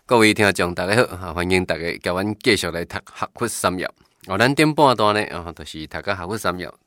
各位听众大家好，欢迎大家甲阮继续来读学佛三要。咱顶半段呢，就是读个学佛三要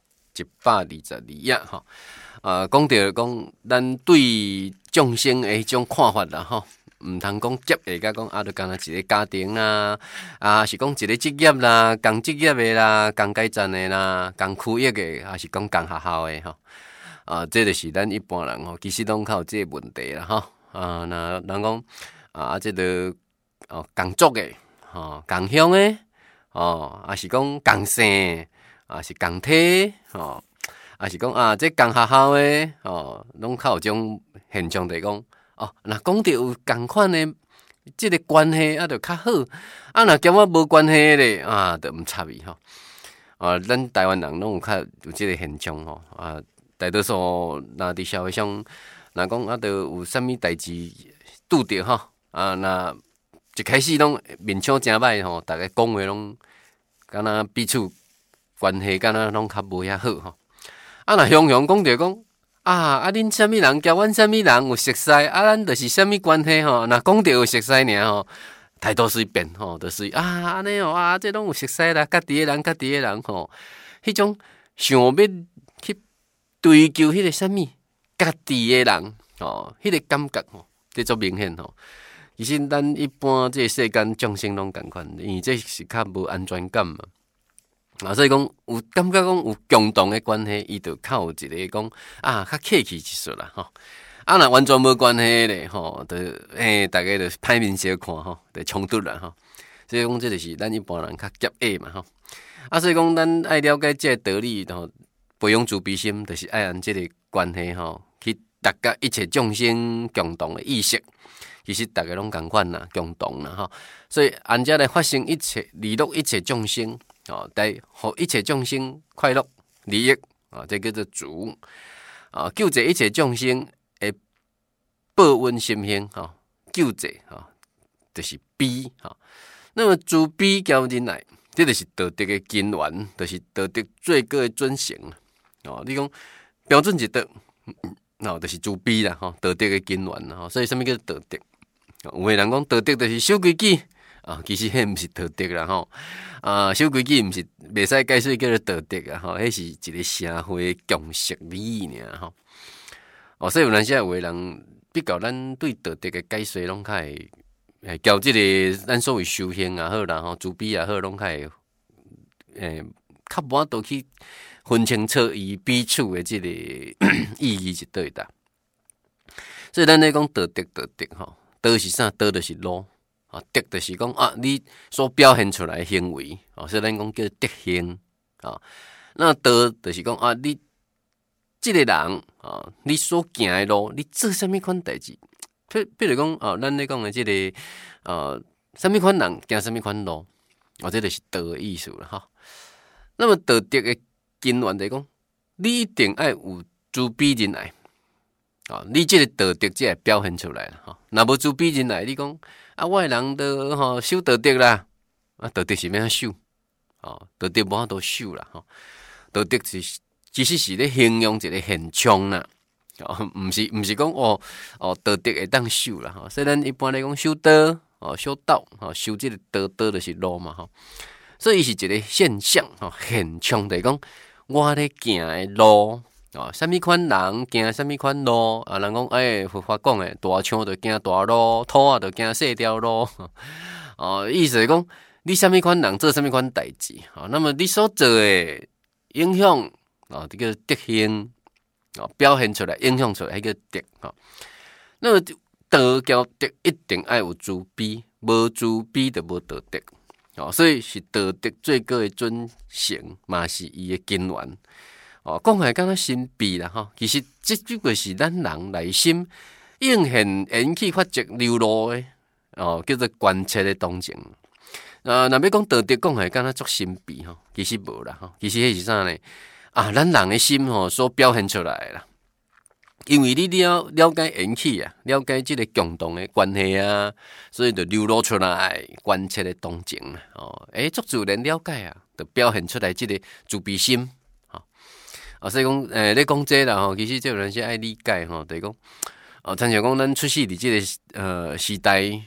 122页吼。讲到讲咱对众生的迄种看法啦吼，毋通讲接下甲讲就干那一个家庭啦，是讲一个职业啦，共职业的啦，共阶层的啦，共区域的，还是讲共学校的吼。这就是咱一般人吼，其实拢较有这个问题啦吼。那人讲这个共族的共乡的还是讲共姓，是共体还是讲这共学校的拢较有种现象，就是讲若讲到有共款的这个关系就较好，若兼我无关系咧就毋插伊吼。咱台湾人拢有较有这个现象吼大多数若伫社会上，若讲就有啥物代志拄着吼若一开始拢面相真歹吼，逐个讲话拢敢若彼此关系敢若拢较无遐好吼。若常常讲着讲恁啥物人交阮啥物人有熟识，咱就是啥物关系吼。若讲着有熟识尔吼，态度随便吼，就是安尼这拢有熟识啦，家己的人吼，迄种想要去追求迄个啥物家己的人迄个感觉吼，这足明显吼。其实咱一般这世间众生拢共款，因为这是较无安全感嘛。所以讲有感觉讲有共同的关系，伊就较有一个讲较客气一说啦吼。若完全无关系咧吼，就大家就歹面相看吼，就冲突啦吼。所以讲这就是咱一般人较急矮嘛吼。所以讲咱爱了解这个道理吼，培养慈悲心，就是爱按这个关系吼，去达到一切众生共同的意识。其实大家拢共款啦，共同啦吼，所以按遮来发生一切利乐一切众生来互一切众生快乐利益这叫做慈救济一切众生的报恩心性救济就是悲那么慈悲交忍耐，这就是道德的根源，就是道德最高的准绳你讲标准一德就是慈悲啦道德的根源所以什么叫道德？有的人讲道德就是守规矩其实迄毋是道德啦吼守规矩毋是袂使解释叫做道德迄是一个社会共识理尔所以有阵时有的人比较咱对道德的解释拢较会交即个咱所谓修行好啦慈悲好，拢较会较无法度去分清楚伊彼此的即个意义是对的。所以咱咧讲道德道是啥？道就是路德就是讲你所表现出来的行为所以咱讲叫德行那道就是讲你这个人你所行的路，你做啥物款代志？比如讲咱咧讲的这个啥物款人行啥物款路这就是道的意思啦那么道德的根源就是讲，你一定要有慈悲忍耐你这个道德才会表现出来啦若无慈悲忍耐，你讲我的人都守道德啦道德是要守道德无法度守啦道德是其实是咧形容一个现象啦毋是讲道德会当守啦所以咱一般来讲守道守道守这个道就是路嘛所以是一个现象现象，就是讲我咧行的路啥物款人行啥物款路人讲佛法讲的大枪就行大路，土就行细条路意思是讲你啥物款人做啥物款代志那么你所做的影响这个德行表现出来影响出来迄个德那么道交德一定要有慈悲，无慈悲就无道德所以是道德最高的准绳嘛，是伊的根源讲起来敢若神秘啦其实这只过是咱人内心应现引起发觉流露的叫做观察的动静若要讲道德讲起来敢若足神秘其实无啦其实迄是啥呢咱人的心所表现出来啦，因为你了解引起了解这个共同的关系所以就流露出来观察的动静足自然了解就表现出来这个慈悲心所以讲咧讲这啦其实这有人是爱理解就是讲参像讲咱出世伫这个时代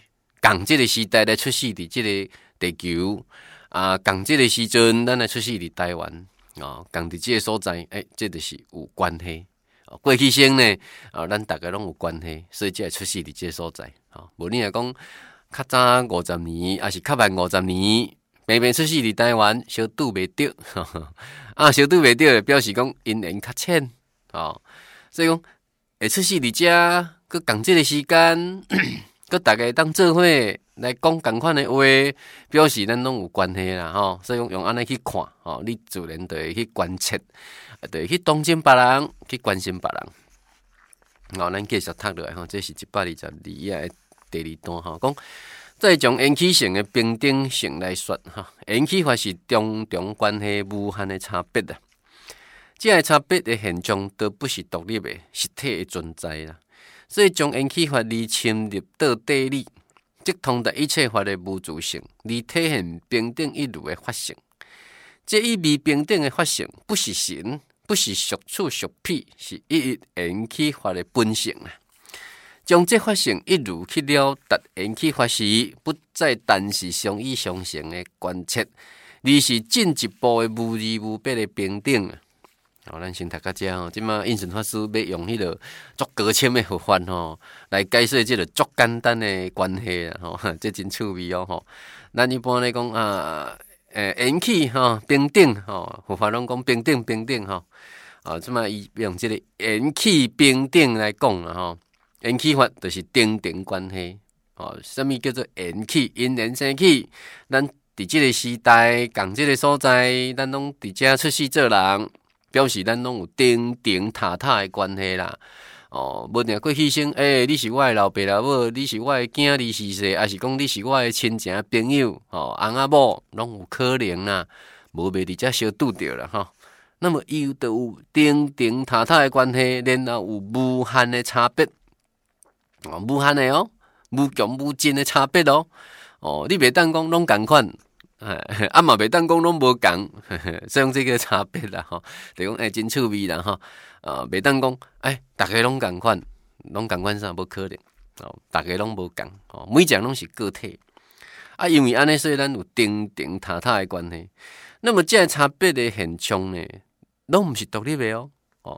共即个时代来出世伫即个地球啊，共即个时阵咱来出世伫台湾共伫即个所在，这就是有关系。过去生呢，咱大家拢有关系，所以才会出世伫即个所在。无你若讲较早50年，还是较晚50年，平平出世伫台湾，小拄袂着，小拄袂着，表示讲因缘较浅，所以讲会出世伫遮，佮共即个时间，佮大家当做伙来讲共款的话，表示咱拢有关系啦，所以用安尼去看，你自然就会去观察，就会去同情别人，去关心别人。咱继续读落来，这是122页的第2段，讲再从缘起性的平等性来说，缘起法是种种关系无限的差别啊。这个差别的现象都不是独立的实体的存在啦，所以将缘起法而深入到地理，即通达一切法的无自性，而体现平等一如的法性。这意味平等的法性不是神，不是属处属彼，是一缘起法的本性啊。将这法性一如去了达缘起法时，不再单是相依相成的观察，而是进一步的无二无别的平等啊。咱先读到这即马印顺法师要用迄个足高深的佛法来解释即个足简单的关系这真趣味咱一般来讲缘起平等佛法拢讲平等平等即马伊用即个缘起平等来讲啦缘起法就是定定关系什么叫做缘起？因缘生起，咱伫即个时代共即个所在，咱拢伫遮出世做人。表示咱拢有定定塔塔的关系啦，无定过去生，你是我的老爸老母，你是我的囝儿婿婿，还是讲你是我的亲情朋友，翁仔某拢有可能啦，无袂伫遮相拄着啦那么伊就有定定塔塔的关系，然后有无限的差别，无限的无穷无尽的差别你袂当讲拢共款。嘛袂当讲拢无共，所以用这个差别啦就讲真趣味啦袂当讲大家拢共款，拢共款啥无可能大家拢无共每一项拢是个体因为安尼，所以咱有定定塔塔的关系。那么这差别的现象呢，拢毋是独立的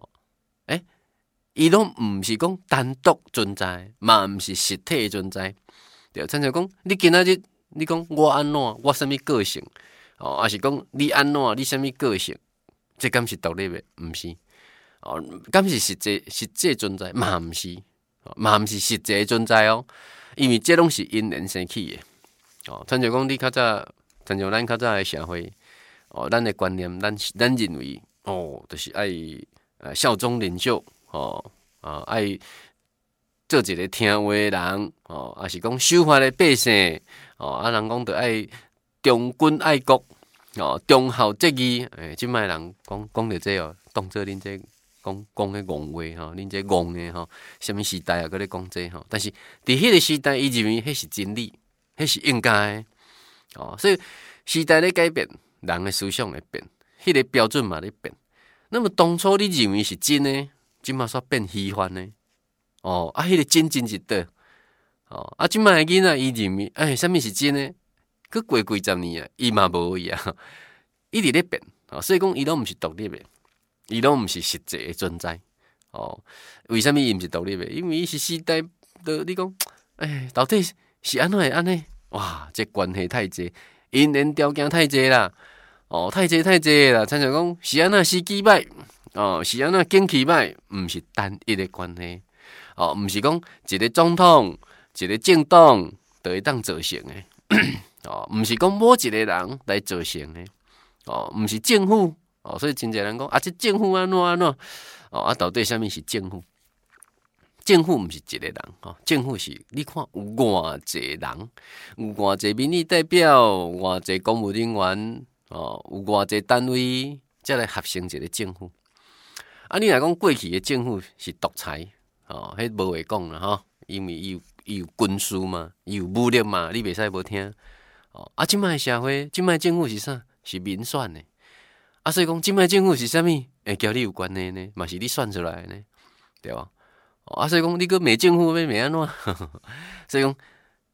伊拢毋是讲单独存在，嘛毋是实体的存在。对，亲像讲你今仔日。你讲我安怎，我什么个性还是讲你安怎，你什么个性？这敢是独立的？毋是敢是实际存在？嘛毋是嘛毋是实际存在因为这拢是因缘生起的亲像讲你较早，亲像咱较早的社会咱的观念，咱认为就是爱效忠领袖爱做一个听话的人还是讲守法的百姓人讲着爱忠君爱国忠孝节义即摆人讲着这当做恁这讲的戆话恁这戆的什么时代搁咧讲这但是伫迄个时代，伊认为迄是真理，迄是应该的所以时代咧改变，人的思想会变，迄个标准嘛咧变。那么当初你认为是真的，即马煞变虚幻的迄个真是倒即摆的囡仔伊认为啥物是真的，佮过几十年伊嘛无伊一直咧变所以讲伊拢毋是独立的，伊拢毋是实际的存在为啥物伊毋是独立的？因为伊是时代的你讲到底是安怎会安尼？哇，这关系太济，因缘条件太济啦太济啦，亲像讲是安怎时机歹是安怎景气歹，毋是单一的关系毋是讲一个总统、一个政党就会当造成的毋是讲某一个人来造成的毋是政府所以真侪人讲这政府安怎到底啥物是政府？政府毋是一个人政府是你看有偌济人，有偌济民意代表，偌济公务人员有偌济单位，才来合成一个政府你若讲过去的政府是独裁迄无话讲啦因为伊有军事嘛，伊有武力嘛，你袂使无听即摆的社会，即摆政府是啥？是民选的所以讲即摆政府是啥物？会交你有关系呢？嘛是你选出来的呢，对吧？所以讲你个骂政府要骂安怎？所以讲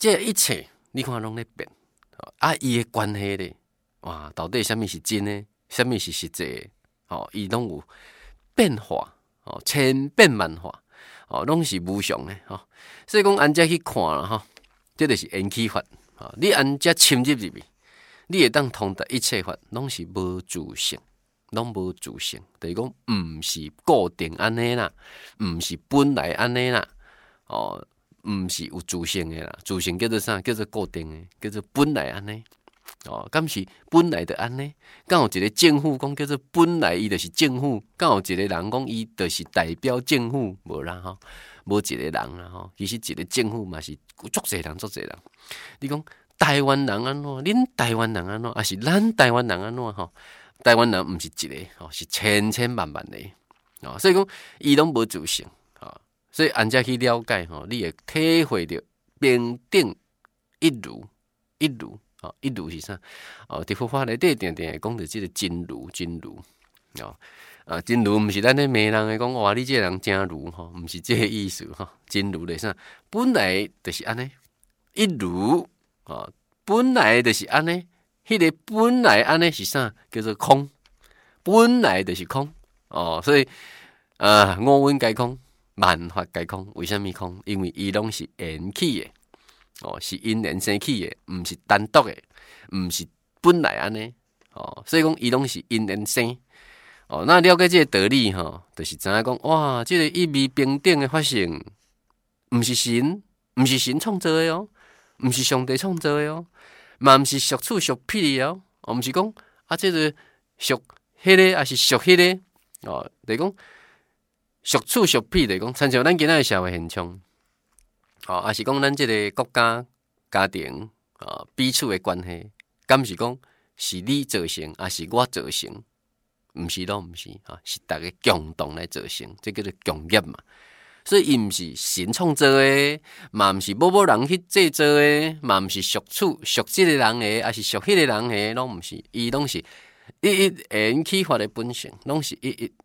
这一切你看拢咧变，啊，伊诶关系咧，哇，到底什么是真诶，什么是实际诶？伊拢有变化，千变万化，拢是无常诶，所以讲安遮去看啦，这就是缘起法，你安遮深入入去，你会当通达一切法，拢是无自性，拢无自性，就是讲毋是固定安尼啦，毋是本来安尼啦，毋是有自性诶啦，自性叫做啥？叫做固定诶，叫做本来安尼。敢是本来的安尼？敢有一个政府讲叫做本来伊就是政府？敢有一个人讲伊就是代表政府？无啦无一个人啦其实一个政府嘛是足侪人。你讲台湾人安怎？恁台湾人安怎？还是咱台湾人安怎？台湾人毋是一个是千千万万个所以讲伊拢无自性所以按遮去了解你会体会到平等一如。一如是啥？伫佛法内底定定会讲到即个真如真如毋是咱咧骂人诶讲哇，你即个人真如毋是即个意思真如咧啥？本来就是安尼，一如本来就是安尼，迄个本来安尼是啥？叫做空，本来就是空所以五蕴皆空，万法皆空。为什么空？因为伊拢是缘起诶。是因缘生起的，毋是单独的，毋是本来安尼所以讲伊拢是因缘生那了解这个道理就是知影讲哇，这个一味平等的发生，毋是神创造的毋是上帝创造的嘛毋是属处属僻的毋是讲这个属迄个，还是属迄个就是讲属处属僻，就是讲参照咱今仔的社会现象。也是讲咱这个国家家庭彼此的关系，敢是讲是你造成，还是我造成？毋是咯，毋是是大家共同来造成，这叫做共业嘛。所以伊毋是神创造的，嘛毋是某人去制造的，嘛毋是属处属这个人的，还是属迄个人的，拢毋是，伊拢是一缘起法的本性，拢是一个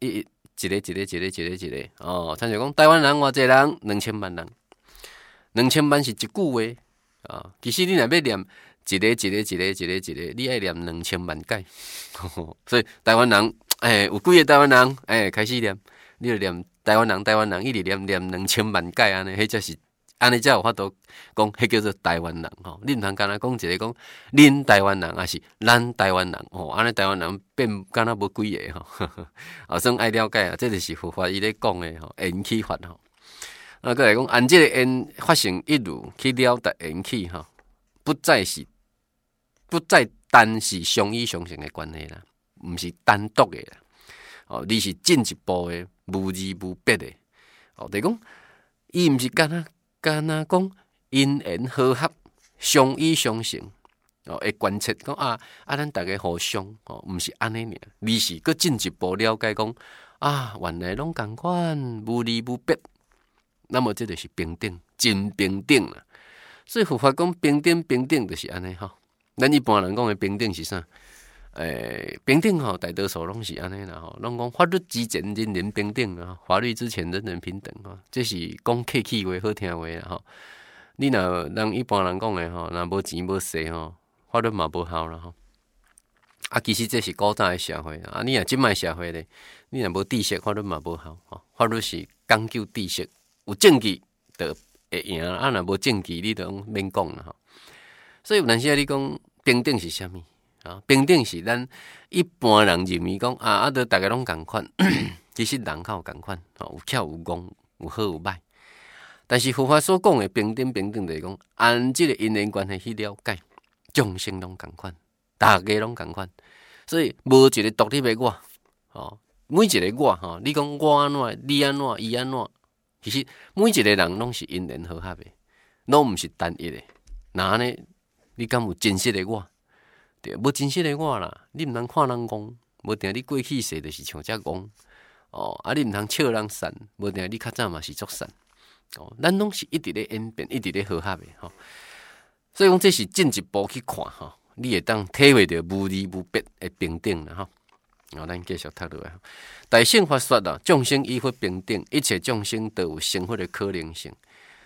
参照讲台湾人偌济人，2000万人。2000万是一句话其实你若要念一个，你爱念2000万届所以台湾人有几个台湾人开始念，你就念台湾人，一直念2000万届安尼，迄才是安尼才有法度讲，迄叫做台湾人你毋通干那讲一个讲恁台湾人，还是咱台湾人安尼台湾人变干那无几个算爱了解这就是佛法伊咧讲的缘起法过来讲，按这个缘发生一如去了达缘起不再单是相依相成的关系啦，毋是单独的啦你是进一步的无二无别的就是讲伊毋是干那讲因缘和合相依相成会观察讲咱大家互相毋是安尼尔，你是搁进一步了解讲原来拢共款无二无别。那么这就是平等，真平等啦。所以佛法讲平等就是安尼咱一般人讲的平等是啥？平等大多数拢是安尼啦拢讲法律之前人人平等法律之前人人平等这是讲客气话好听话啦你若人一般人讲的若无钱无势法律嘛无效啦其实这是古早的社会你若今摆社会咧，你若无知识，法律嘛无效法律是讲究知识。有证据就会赢若无证据你就免讲啦所以有阵时你讲平等是啥物平等是咱一般人认为讲都大家拢共款其实人较有共款有巧有戆，有好有歹。但是佛法所讲的平等就是讲按这个因缘关系去了解，众生拢共款，大家拢共款，所以无一个独立的我每一个我你讲我安怎，你安怎，伊安怎。其实每一个人拢是因缘和合的，拢毋是单一的。那安尼，你敢有真实的我？对，无真实的我啦，你毋通看人戆，无定你过去世就是像遮戆你毋通笑人善，无定你较早嘛是作善咱拢是一直咧演变，一直咧和合的所以讲这是进一步去看你会当体会到无二无别的平等啦咱继续读落来。大乘法说众生依法平等，一切众生都有成佛的可能性。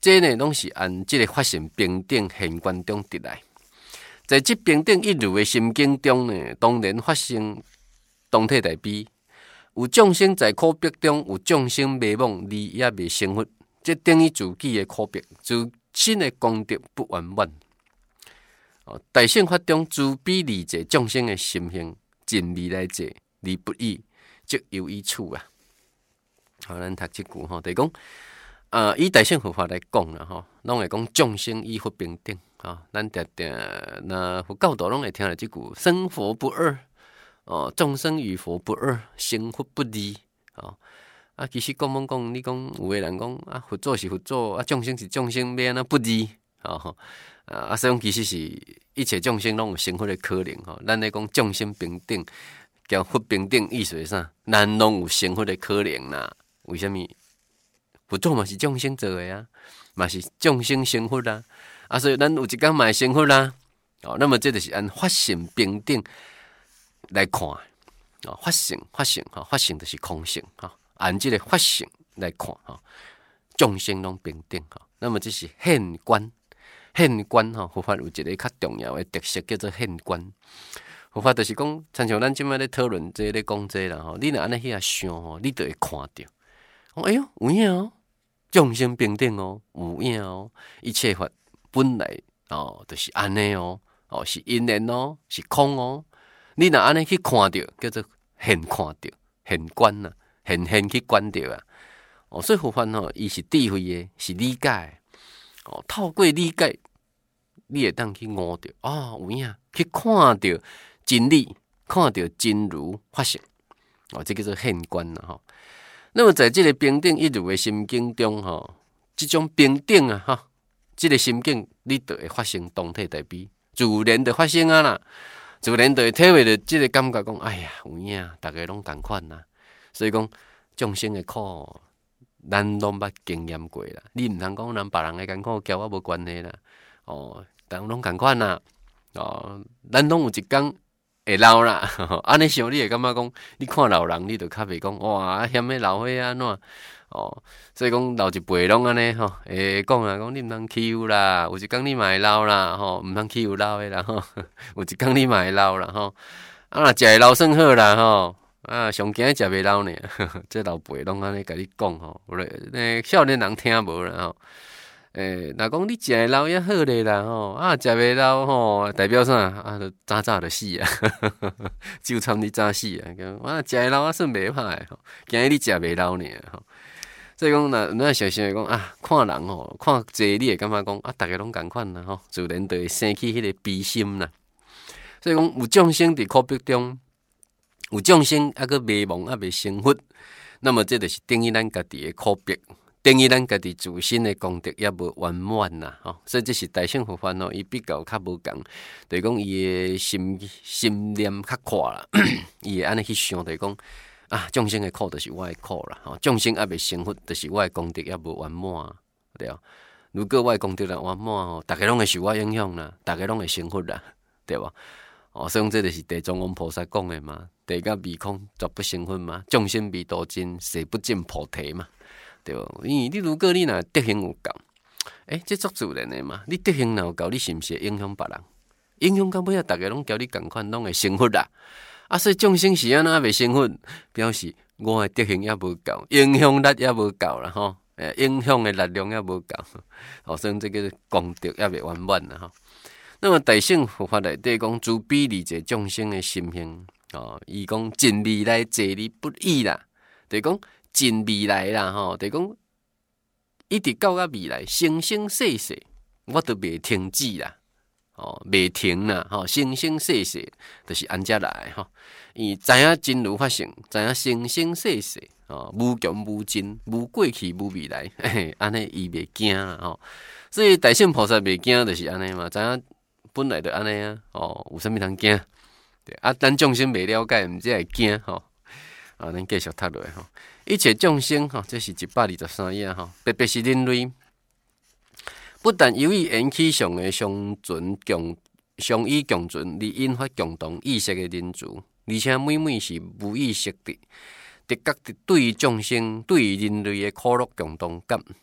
这呢拢是按这个发生平等现观中得来。在这平等一如的心境中呢，当然发生同体大悲。有众生在苦逼中，有众生迷惘，你也未生活，这等于自己的苦逼，自身的功德不圆满。大乘法中慈悲利济众生的心性，尽未来者，而不义，即有益处啊。好，咱读这句吼，就是讲，以大乘佛法来讲啦，吼，拢会讲众生与佛平等啊。咱常常那佛教徒拢会听到这句：生佛不二。众生与佛不二，生佛不离。其实讲，你讲有个人讲啊，佛祖是佛祖，啊，众生是众生，要安怎不离？所以讲其实是一切众生拢有生活的可能。咱咧讲众生平等，叫佛平等，意思是啥？咱拢有生活的可能啦。为什么？佛祖嘛是众生做的啊，嘛是众生生活啦。所以咱有一天嘛会生活啦。那么这就是按法性平等来看，法性就是空性，按这个法性来看，众生拢平等，那么这是现观，佛法有一个较重要的特色叫做现观。佛法就是讲，亲像咱即摆咧讨论这咧讲这啦，你若安尼遐想，你就会看到，哎哟，有影哦，众生平等哦，有影哦，一切法本来就是安尼哦，是因缘哦，是空哦。你若安尼去看到，叫做现看到、现观呐，现去观到啊。所以佛法伊是智慧的，是理解的。透过理解，你会当去悟到有影，去看到真理，看到真如法性。这叫做现观呐那么在这个平等一如的心境中这种平等这个心境你就会发生同体大悲，自然就发生啦。自然就会体会到这个感觉，讲哎呀，有影，大家拢同款啦。所以讲众生的苦，咱拢捌经验过啦。你唔通讲咱别人的艰苦，交我无关系啦。大家拢同款啦。咱拢有一天会老啦。安尼想你会感觉讲，你看老人，你就较袂讲哇，嫌迄老岁安怎？所以讲老一辈拢安尼会讲啊，讲你毋通欺负啦，有一天你嘛会老啦，毋通欺负老的啦，有一天你嘛会老啦，若食会老算好啦，上惊食袂老呢，这老辈拢安尼甲你讲少年人听无啦若讲你食会老也好咧啦食袂老代表啥早就死啊，就差你早死啊，食会老算袂歹惊你食袂老呢所以讲，咱常常讲看人看济你会感觉讲大家拢共款啦自然就会生起迄个悲心啦。所以讲，有众生伫苦逼中，有众生个迷茫未生活，那么这就是等于咱家己的苦逼，等于咱家己自身的功德也无圆满啦所以这是大乘佛法伊比较较无共，就是讲伊的心念较阔啦，伊会安尼去想，就是讲。众生的苦就是我的苦啦，众生还未生活，就是我的功德也无圆满，对啊。如果我的功德啦圆满大家拢会受我影响啦，大家拢会生活啦，对吧？所以这就是地藏王菩萨讲的嘛，地甲未空绝不生活嘛，众生未度尽，誓不见菩提嘛，对吧？因为你如果你若德行有够，这足自然的嘛。你德行若有够，你是毋是会影响别人？影响到尾大家拢交你共款，拢会生活啦。所以众生是安怎未生活，表示我的德行也无够，影响力也无够啦影响的力量也无够，所以这个功德也未圆满啦那么大乘佛法内底讲慈悲利济众生的心性伊讲尽未来济而不义啦，就是讲尽未来啦就是讲一直到未来，生生世世我都未停止啦。未停啦，生生世世就是安遮来伊知影真如发生，知影生生世世无穷无尽，无过去无未来，安尼伊袂惊啦所以大乘菩萨袂惊，就是安尼嘛，知影本来就安尼有啥物通惊？对咱众生袂了解，毋知会惊咱继续读落一切众生这是123页特别是人类。不但由于缘起上的相依共存，而引发共同意识的人族，而且每每是无意识的，直觉的对于众生、对于人类的苦乐共同感，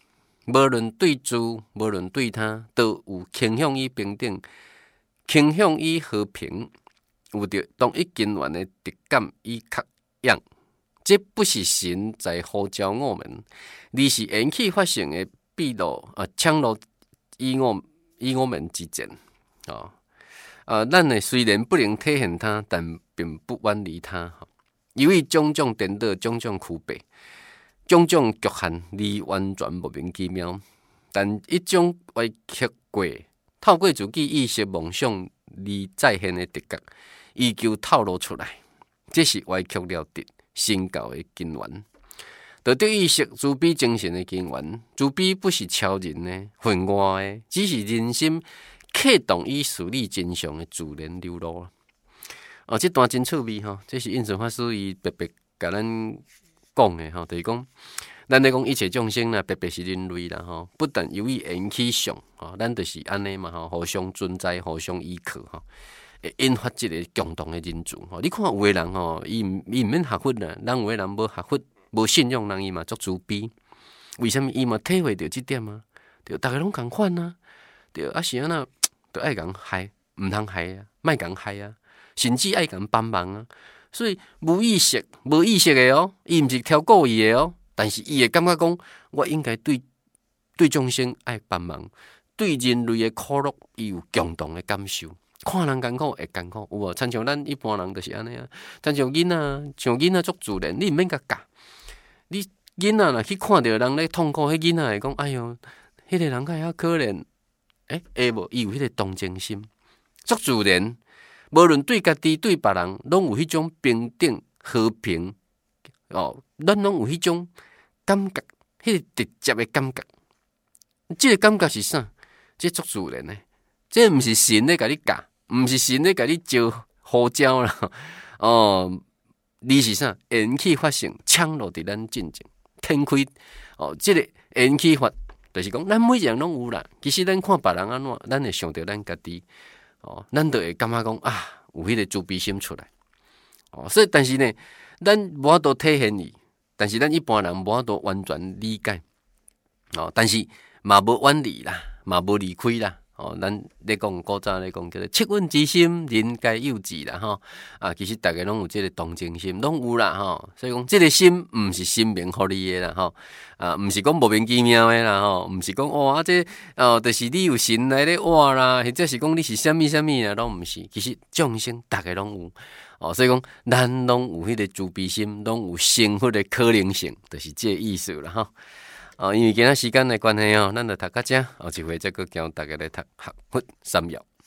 无论对自，无论对他，都有倾向于平等，倾向于和平，有着同一根源的直感与确仰。这不是神在呼召我们，而是引起发生的秘路抢路与我们之间。咱呢虽然不能体现他，但并不远离他。由于种种颠倒、种种区别、种种局限，离完全莫名其妙。但一种歪曲过，透过自己意识梦想而再现的直觉，依旧透露出来，这是歪曲了的神教的根源。道德意识、慈悲精神的根源，慈悲不是超人的、混外的，只是人心启动与xử理真相的自然流露。这段真趣味吼，这是印顺法师伊白白甲咱讲的吼，就是讲，咱咧讲一切众生啦，特别是人类啦吼，不但由于缘起相吼，咱就是安尼嘛吼，互相存在、互相依靠吼，会引发一个共同的人主吼。你看有个人吼，伊毋免学佛啦，咱有个人无学佛、无信仰人，伊嘛足慈悲。为什么伊嘛体会到这点啊？对，大家拢共款啊，对，是安那，就爱共害，毋通害啊，莫共害啊。甚至爱共帮忙啊，所以无意识的哦，伊毋是挑故意的哦，但是伊会感觉讲，我应该对众生爱帮忙，对人类的苦乐，伊有共同的感受。看人艰苦会艰苦，有无？亲像咱一般人就是安尼啊，亲像囡仔，像囡仔足自然，你毋免甲教。你囡仔若去看到人咧痛苦，迄囡仔会讲，哎哟，迄个人较可怜，会无？伊有迄个同情心，足自然。无论对家己对别人，拢有迄种平等和平咱拢有迄种感觉，迄个直接的感觉。这个感觉是啥？这足自然的，这毋是神咧甲你教，毋是神咧甲你呼召啦。你是啥？缘起发生，抢落伫咱进前，天开这个缘起法，就是讲咱每一人拢有啦。其实咱看别人安怎，咱会想到咱家己。咱就会感觉讲有迄个自卑心出来。所以但是呢，咱无法度体现伊，但是咱一般人无法度完全理解。但是嘛无远离啦，嘛无离开啦。咱咧讲古早咧讲叫做恻隐之心，人皆有之啦吼。其实大家拢有这个同情心，拢有啦吼。所以讲这个心毋是神明互你的啦吼。毋是讲莫名其妙的啦吼，毋是讲这就是你有神来咧活啦，或者是讲你是啥物啦，拢毋是。其实众生大家拢有。所以讲咱拢有迄个慈悲心，拢有成佛的可能性，就是这个意思啦吼。因为今仔时间的关系咱就读到这，后一回再教大家来读学佛三要。